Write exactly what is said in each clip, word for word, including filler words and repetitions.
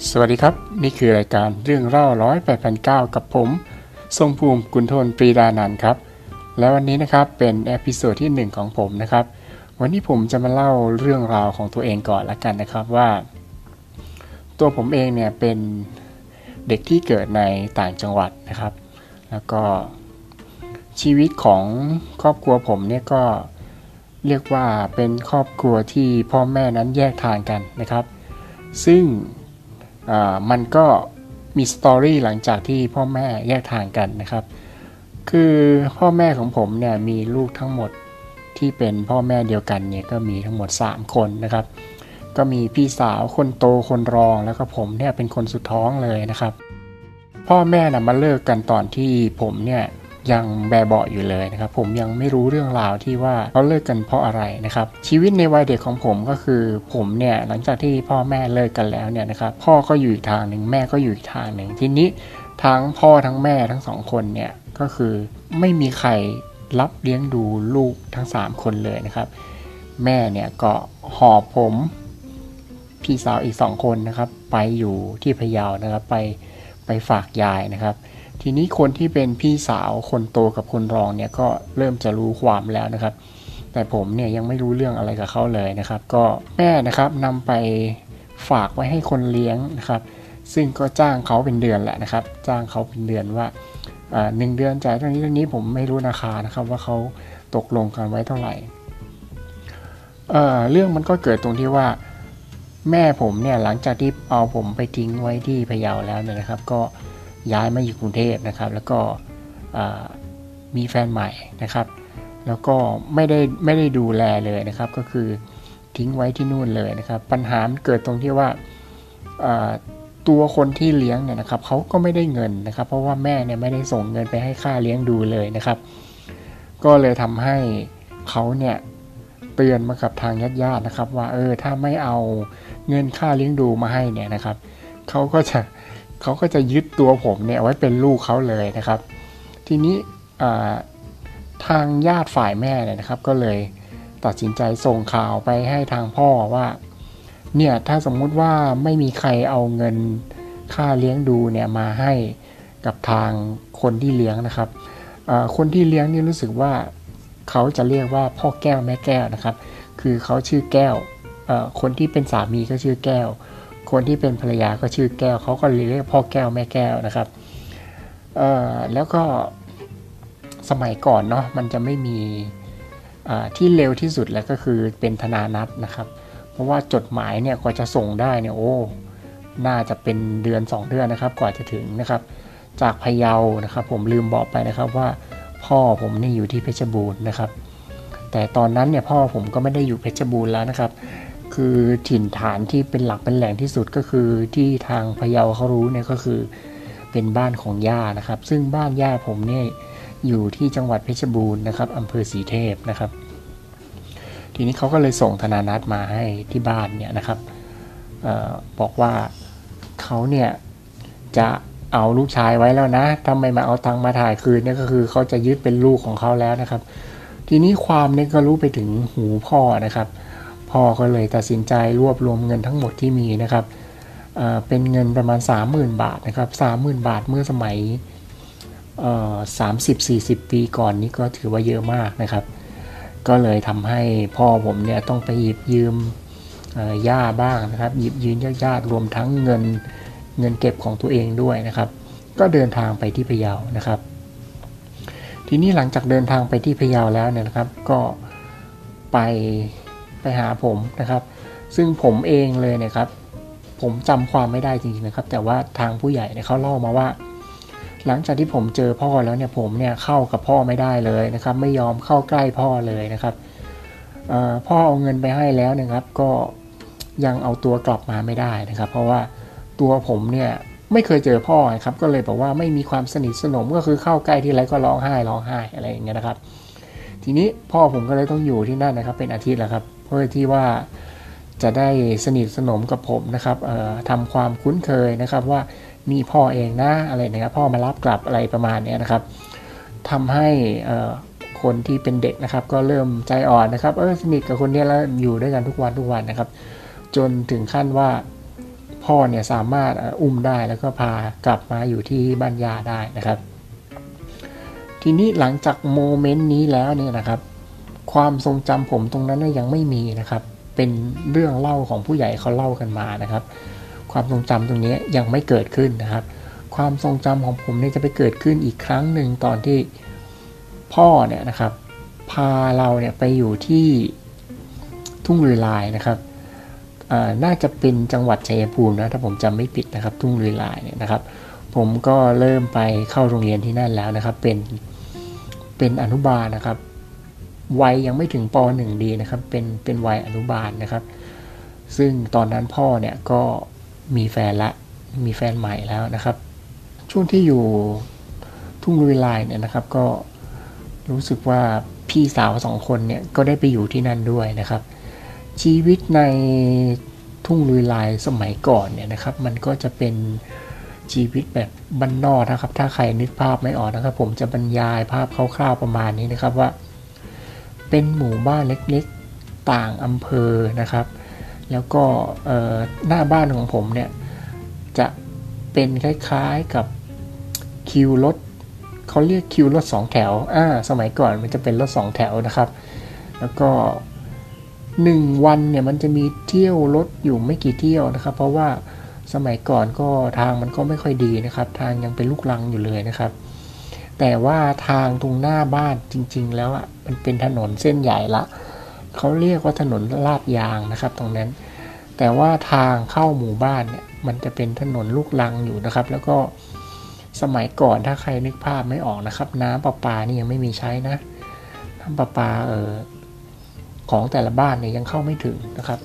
สวัสดีครับนี่คือรายการเรื่องเล่าร้อยแปดพันเก้ากับผมทรงภูมิกุลทนปรีดานันท์ครับและวันนี้นะครับเป็นเอพิโซดที่หนึ่งของผมนะครับวันนี้ผมจะมาเล่าเรื่องราวของตัวเองก่อนละกันนะครับว่าตัวผมเองเนี่ยเป็นเด็กที่เกิดในต่างจังหวัดนะครับแล้วก็ชีวิตของครอบครัวผมเนี่ยก็เรียกว่าเป็นครอบครัวที่พ่อแม่นั้นแยกทางกันนะครับซึ่งมันก็มีสตอรี่หลังจากที่พ่อแม่แยกทางกันนะครับคือพ่อแม่ของผมเนี่ยมีลูกทั้งหมดที่เป็นพ่อแม่เดียวกันเนี่ยก็มีทั้งหมดสามคนนะครับก็มีพี่สาวคนโตคนรองแล้วก็ผมเนี่ยเป็นคนสุดท้องเลยนะครับพ่อแม่นะมาเลิกกันตอนที่ผมเนี่ยยังแบเบาะอยู่เลยนะครับผมยังไม่รู้เรื่องราวที่ว่าเขาเลิกกันเพราะอะไรนะครับชีวิตในวัยเด็กของผมก็คือผมเนี่ยหลังจากที่พ่อแม่เลิกกันแล้วเนี่ยนะครับพ่อก็อยู่อีกทางหนึ่งแม่ก็อยู่อีกทางหนึ่งทีนี้ทั้งพ่อทั้งแม่ทั้งสองคนเนี่ยก็คือไม่มีใครรับเลี้ยงดูลูกทั้งสามคนเลยนะครับแม่เนี่ยก็หอบผมพี่สาวอีกสองคนนะครับไปอยู่ที่พะเยานะครับไปไปฝากยายนะครับทีนี้คนที่เป็นพี่สาวคนโตกับคนรองเนี่ยก็เริ่มจะรู้ความแล้วนะครับแต่ผมเนี่ยยังไม่รู้เรื่องอะไรกับเขาเลยนะครับก็แม่นะครับนำไปฝากไว้ให้คนเลี้ยงนะครับซึ่งก็จ้างเขาเป็นเดือนแหละนะครับจ้างเขาเป็นเดือนว่าอ่าหนึ่งเดือนจ่ายเท่านี้เท่านี้ผมไม่รู้ราคานะครับว่าเขาตกลงกันไว้เท่าไหร่เอ่อเรื่องมันก็เกิดตรงที่ว่าแม่ผมเนี่ยหลังจากที่เอาผมไปทิ้งไว้ที่พะเยาแล้วเนี่ยนะครับก็ย้ายมาอยู่กรุงเทพนะครับแล้วก็มีแฟนใหม่นะครับแล้วก็ไม่ได้ไม่ได้ดูแลเลยนะครับก็คือทิ้งไว้ที่นู่นเลยนะครับปัญหาเกิดตรงที่ว่าตัวคนที่เลี้ยงเนี่ยนะครับเขาก็ไม่ได้เงินนะครับเพราะว่าแม่เนี่ยไม่ได้ส่งเงินไปให้ค่าเลี้ยงดูเลยนะครับก็เลยทำให้เขาเนี่ยเตือนมากับทางญาติๆนะครับว่าเออถ้าไม่เอาเงินค่าเลี้ยงดูมาให้เนี่ยนะครับเขาก็จะเขาก็จะยึดตัวผมเนี่ยไว้เป็นลูกเขาเลยนะครับทีนี้ทางญาติฝ่ายแม่เนี่ยนะครับก็เลยตัดสินใจส่งข่าวไปให้ทางพ่อว่าเนี่ยถ้าสมมุติว่าไม่มีใครเอาเงินค่าเลี้ยงดูเนี่ยมาให้กับทางคนที่เลี้ยงนะครับคนที่เลี้ยงนี่รู้สึกว่าเขาจะเรียกว่าพ่อแก้วแม่แก้วนะครับคือเขาชื่อแก้วคนที่เป็นสามีก็ชื่อแก้วคนที่เป็นภรรยาก็ชื่อแก้วเขาก็เรียกพ่อแก้วแม่แก้วนะครับเอ่อแล้วก็สมัยก่อนเนาะมันจะไม่มีที่เร็วที่สุดแล้วก็คือเป็นธนานัตนะครับเพราะว่าจดหมายเนี่ยกว่าจะส่งได้เนี่ยโอ้น่าจะเป็นเดือนสองเดือนนะครับกว่าจะถึงนะครับจากพะเยานะครับผมลืมบอกไปนะครับว่าพ่อผมนี่อยู่ที่เพชรบูรณ์นะครับแต่ตอนนั้นเนี่ยพ่อผมก็ไม่ได้อยู่เพชรบูรณ์แล้วนะครับคือถิ่นฐานที่เป็นหลักเป็นแหล่งที่สุดก็คือที่ทางพะเยาเขารู้เนี่ยก็คือเป็นบ้านของย่านะครับซึ่งบ้านย่าผมเนี่ยอยู่ที่จังหวัดเพชรบูรณ์นะครับอำเภอศรีเทพนะครับทีนี้เขาก็เลยส่งธนานัตมาให้ที่บ้านเนี่ยนะครับเอ่อบอกว่าเขาเนี่ยจะเอาลูกชายไว้แล้วนะทำไมมาเอาตังค์มาถ่ายคืนเนี่ยก็คือเขาจะยึดเป็นลูกของเขาแล้วนะครับทีนี้ความเนี่ยก็รู้ไปถึงหูพ่อนะครับพ่อก็เลยตัดสินใจรวบรวมเงินทั้งหมดที่มีนะครับ เอ่อ เป็นเงินประมาณ สามหมื่น บาทนะครับ สามหมื่น บาทเมื่อสมัยเอ่อ สามสิบสี่สิบ ปีก่อนนี้ก็ถือว่าเยอะมากนะครับก็เลยทำให้พ่อผมเนี่ยต้องไปหยิบยืมย่าบ้างนะครับหยิบยืมญาติๆรวมทั้งเงินเงินเก็บของตัวเองด้วยนะครับก็เดินทางไปที่พะเยานะครับทีนี้หลังจากเดินทางไปที่พะเยาแล้วเนี่ยนะครับก็ไปไปหาผมนะครับซึ่งผมเองเลยเนี่ยครับผมจำความไม่ได้จริงๆนะครับแต่ว่าทางผู้ใหญ่เนี่ยเขาเล่ามาว่าหลังจากที่ผมเจอพ่อแล้วเนี่ยผมเนี่ยเข้ากับพ่อไม่ได้เลยนะครับไม่ยอมเข้าใกล้พ่อเลยนะครับพ่อเอาเงินไปให้แล้วนะครับก็ยังเอาตัวกลับมาไม่ได้นะครับเพราะว่าตัวผมเนี่ยไม่เคยเจอพ่อครับก็เลยบอกว่าไม่มีความสนิทสนมก็คือเข้าใกล้ที่ไรก็ร้องไห้ร้องไห้อะไรอย่างเงี้ยนะครับทีนี้พ่อผมก็เลยต้องอยู่ที่นั่นนะครับเป็นอาทิตย์แล้วครับเพื่อที่ว่าจะได้สนิทสนมกับผมนะครับทำความคุ้นเคยนะครับว่ามีพ่อเองนะอะไรนะครับพ่อมารับกลับอะไรประมาณนี้นะครับทำให้คนที่เป็นเด็กนะครับก็เริ่มใจอ่อนนะครับเออสนิทกับคนนี้แล้วอยู่ด้วยกันทุกวันทุกวันนะครับจนถึงขั้นว่าพพ่อเนี่ยสามารถอุ้มได้แล้วก็พากลับมาอยู่ที่บ้านยาได้นะครับทีนี้หลังจากโมเมนต์นี้แล้วเนี่ยนะครับความทรงจำผมตรงนั้นยังไม่มีนะครับเป็นเรื่องเล่าของผู้ใหญ่เขาเล่ากันมานะครับความทรงจำตรงนี้ยังไม่เกิดขึ้นนะครับความทรงจำของผมเนี่ยจะไปเกิดขึ้นอีกครั้งหนึ่งตอนที่พ่อเนี่ยนะครับพาเราเนี่ยไปอยู่ที่ทุ่งลุยลายนะครับน่าจะเป็นจังหวัดชัยภูมินะถ้าผมจำไม่ผิดนะครับทุ่งลุยลายเนี่ยนะครับผมก็เริ่มไปเข้าโรงเรียนที่นั่นแล้วนะครับเป็นเป็นอนุบาลนะครับวัยยังไม่ถึงป หนึ่ง ดีนะครับเป็นเป็นวัยอนุบาลนะครับซึ่งตอนนั้นพ่อเนี่ยก็มีแฟนละมีแฟนใหม่แล้วนะครับช่วงที่อยู่ทุ่งลุยลายเนี่ยนะครับก็รู้สึกว่าพี่สาวสองคนเนี่ยก็ได้ไปอยู่ที่นั่นด้วยนะครับชีวิตในทุ่งลุยลายสมัยก่อนเนี่ยนะครับมันก็จะเป็นชีวิตแบบบ้านนอกนะครับถ้าใครนึกภาพไม่ออกนะครับผมจะบรรยายภาพคร่าวๆประมาณนี้นะครับว่าเป็นหมู่บ้านเล็กๆต่างอำเภอนะครับแล้วก็หน้าบ้านของผมเนี่ยจะเป็นคล้ายๆกับคิวรถเขาเรียกคิวรถสองแถวอ่าสมัยก่อนมันจะเป็นรถสองแถวนะครับแล้วก็หนึ่งวันเนี่ยมันจะมีเที่ยวรถอยู่ไม่กี่เที่ยวนะครับเพราะว่าสมัยก่อนก็ทางมันก็ไม่ค่อยดีนะครับทางยังเป็นลูกรังอยู่เลยนะครับแต่ว่าทางตรงหน้าบ้านจริงๆแล้วอ่ะมันเป็นถนนเส้นใหญ่ละเขาเรียกว่าถนนลาดยางนะครับตรงนั้นแต่ว่าทางเข้าหมู่บ้านเนี่ยมันจะเป็นถนนลูกรังอยู่นะครับแล้วก็สมัยก่อนถ้าใครนึกภาพไม่ออกนะครับน้ำประปานี่ยังไม่มีใช้นะน้ำประปาเออของแต่ละบ้านเนี่ยยังเข้าไม่ถึงนะครับ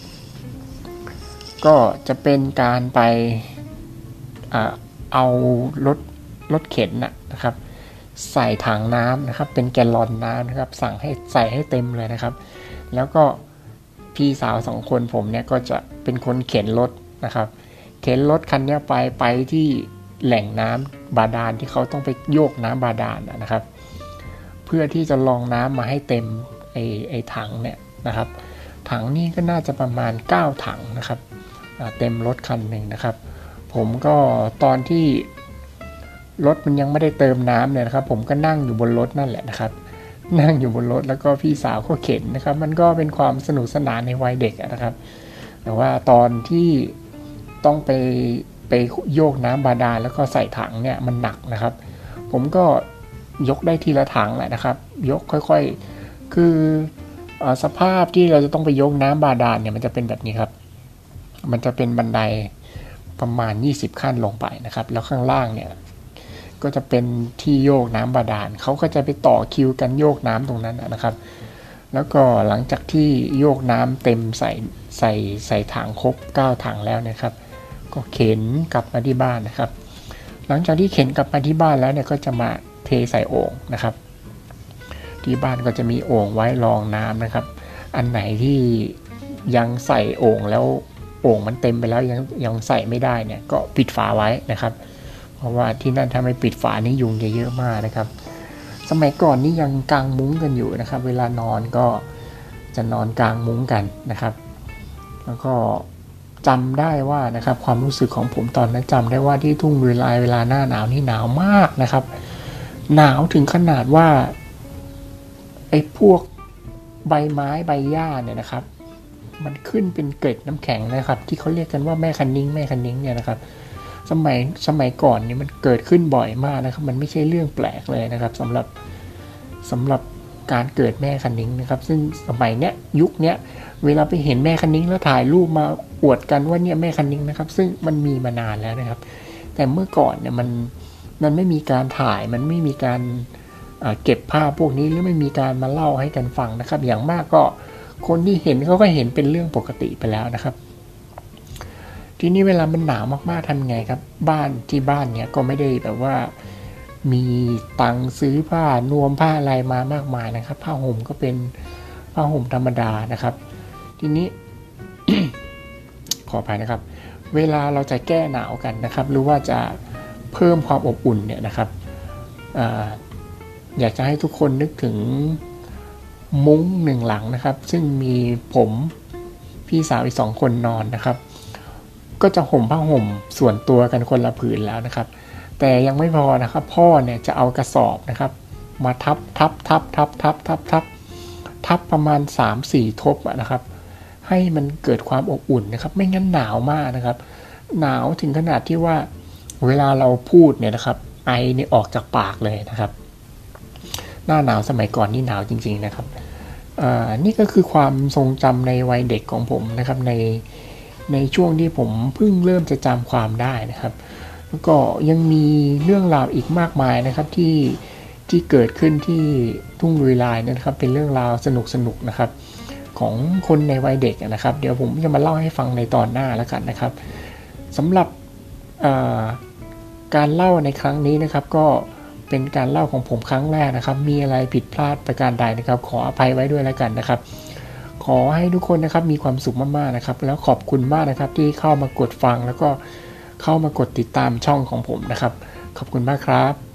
ก็จะเป็นการไปอ่าเอารถรถเข็นนะครับใส่ถังน้ำนะครับเป็นแกลลอนน้ำนะครับสั่งให้ใส่ให้เต็มเลยนะครับแล้วก็พี่สาวสองคนผมเนี่ยก็จะเป็นคนเข็นรถนะครับเข็นรถคันนี้ไปไปที่แหล่งน้ำบาดาลที่เขาต้องไปโยกน้ำบาดาลนะครับเพื่อที่จะรองน้ำมาให้เต็มไอ้ไอ้ถังเนี่ยนะครับถังนี่ก็น่าจะประมาณเก้าถังนะครับเต็มรถคันหนึ่งนะครับผมก็ตอนที่รถมันยังไม่ได้เติมน้ำเนี่ยนะครับผมก็นั่งอยู่บนรถนั่นแหละนะครับนั่งอยู่บนรถแล้วก็พี่สาวก็เข็นนะครับมันก็เป็นความสนุกสนานในวัยเด็กนะครับแต่ว่าตอนที่ต้องไปไปโยกน้ำบาดาลแล้วก็ใส่ถังเนี่ยมันหนักนะครับผมก็ยกได้ทีละถังแหละนะครับยกค่อยๆคือสภาพที่เราจะต้องไปยกน้ำบาดาลเนี่ยมันจะเป็นแบบนี้ครับมันจะเป็นบันไดประมาณยี่สิบขั้นลงไปนะครับแล้วข้างล่างเนี่ยก็จะเป็นที่โยกน้ำบาดาลเขาก็จะไปต่อคิวกันโยกน้ำตรงนั้นนะครับแล้วก็หลังจากที่โยกน้ำเต็มใส่ใส่ใส่ถังครบเก้าถังแล้วนะครับก็เข็นกลับมาที่บ้านนะครับหลังจากที่เข็นกลับมาที่บ้านแล้วเนี่ยก็จะมาเทใส่โอ่งนะครับที่บ้านก็จะมีโอ่งไว้รองน้ำนะครับอันไหนที่ยังใส่โอ่งแล้วโอ่งมันเต็มไปแล้วยังยังใส่ไม่ได้เนี่ยก็ปิดฝาไว้นะครับเพราะว่าที่นั่นถ้าไม่ปิดฝานี่ยุงจะเยอะมากนะครับสมัยก่อนนี่ยังกางมุ้งกันอยู่นะครับเวลานอนก็จะนอนกางมุ้งกันนะครับแล้วก็จำได้ว่านะครับความรู้สึกของผมตอนนั้นจำได้ว่าที่ทุ่งลุยลายเวลาหน้าหนาวนี่หนาวมากนะครับหนาวถึงขนาดว่าไอ้พวกใบไม้ใบหญ้าเนี่ยนะครับมันขึ้นเป็นเกล็ดน้ำแข็งนะครับที่เขาเรียกกันว่าแม่คันนิ้งแม่คันนิ้งเนี่ยนะครับสมัยสมัยก่อนนี่มันเกิดขึ้นบ่อยมากนะครับมันไม่ใช่เรื่องแปลกเลยนะครับสำหรับสำหรับการเกิดแม่คันนิ้งนะครับซึ่งสมัยเนี้ยยุคเนี้ยเวลาไปเห็นแม่คันนิ้งแล้วถ่ายรูปมาอวดกันว่าเนี่ยแม่คันนิ้งนะครับซึ่งมันมีมานานแล้วนะครับแต่เมื่อก่อนเนี่ยมันมันไม่มีการถ่ายมันไม่มีการเก็บภาพพวกนี้หรือไม่มีการมาเล่าให้กันฟังนะครับอย่างมากก็คนที่เห็นเขาก็เห็นเป็นเรื่องปกติไปแล้วนะครับทีนี้เวลามันหนาวมากๆทำไงครับบ้านที่บ้านเนี่ยก็ไม่ได้แบบว่ามีตังค์ซื้อผ้านวมผ้าอะไรมามากมายนะครับผ้าห่มก็เป็นผ้าห่มธรรมดานะครับทีนี้ ขออภัยนะครับเวลาเราจะแก้หนาวกันนะครับหรือว่าจะเพิ่มความอบอุ่นเนี่ยนะครับ อ, อยากจะให้ทุกคนนึกถึงมุ้งหนึ่งหลังนะครับซึ่งมีผมพี่สาวอีกสองคนนอนนะครับก็จะห่มผ้าห่มส่วนตัวกันคนละผืนแล้วนะครับแต่ยังไม่พอนะครับพ่อเนี่ยจะเอากระสอบนะครับมาทับทับทับทับทับทับทับทับประมาณ สามถึงสี่ ทบนะครับให้มันเกิดความอบอุ่นนะครับไม่งั้นหนาวมากนะครับหนาวถึงขนาดที่ว่าเวลาเราพูดเนี่ยนะครับไอเนี่ยออกจากปากเลยนะครับหน้าหนาวสมัยก่อนนี่หนาวจริงๆนะครับอ่านี่ก็คือความทรงจำในวัยเด็กของผมนะครับในในช่วงที่ผมเพิ่งเริ่มจะจำความได้นะครับแล้วก็ยังมีเรื่องราวอีกมากมายนะครับที่ที่เกิดขึ้นที่ทุ่งลุยลายนะครับเป็นเรื่องราวสนุกๆนะครับของคนในวัยเด็กนะครับเดี๋ยวผมจะมาเล่าให้ฟังในตอนหน้าแล้วกันนะครับสำหรับการเล่าในครั้งนี้นะครับก็เป็นการเล่าของผมครั้งแรกนะครับมีอะไรผิดพลาดประการใดนะครับขออภัยไว้ด้วยแล้วกันนะครับขอให้ทุกคนนะครับมีความสุขมากๆนะครับแล้วขอบคุณมากนะครับที่เข้ามากดฟังแล้วก็เข้ามากดติดตามช่องของผมนะครับขอบคุณมากครับ